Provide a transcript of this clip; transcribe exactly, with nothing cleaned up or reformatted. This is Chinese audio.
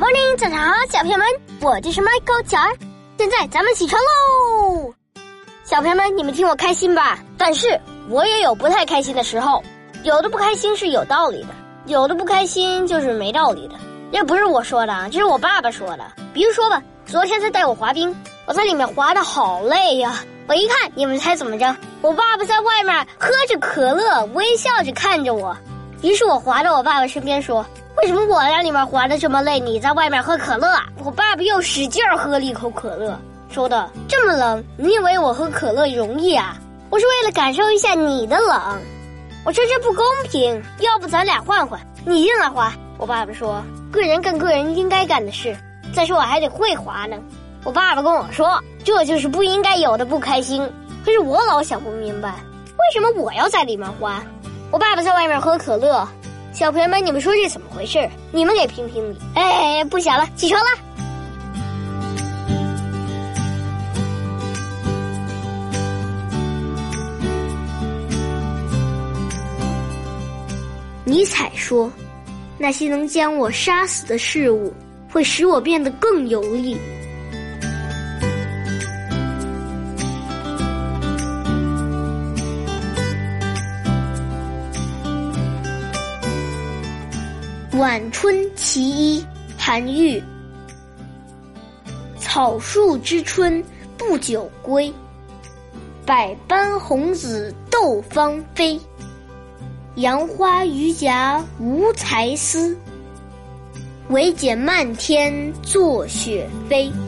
morning， 早上好，小朋友们，我就是 Michael 巧儿。现在咱们起床喽！小朋友们，你们听我开心吧？但是我也有不太开心的时候，有的不开心是有道理的，有的不开心就是没道理的。这不是我说的啊，这是我爸爸说的。比如说吧，昨天他带我滑冰，我在里面滑得好累呀。我一看，你们猜怎么着？我爸爸在外面喝着可乐，微笑着看着我。于是我滑到我爸爸身边说，为什么我在里面滑得这么累，你在外面喝可乐啊？我爸爸又使劲儿喝了一口可乐，说的这么冷，你以为我喝可乐容易啊？我是为了感受一下你的冷。我说这不公平，要不咱俩换换，你进来滑。我爸爸说，个人干个人应该干的事，再说我还得会滑呢。我爸爸跟我说，这就是不应该有的不开心。可是我老想不明白，为什么我要在里面滑？我爸爸在外面喝可乐。小朋友们，你们说这怎么回事？你们给评评理。哎，不想了，起床了。 尼采说，那些能将我杀死的事物，会使我变得更有力。晚春其一，韩愈。草树之春不久归，百般红紫斗芳菲。杨花榆荚无才思，唯见漫天作雪飞。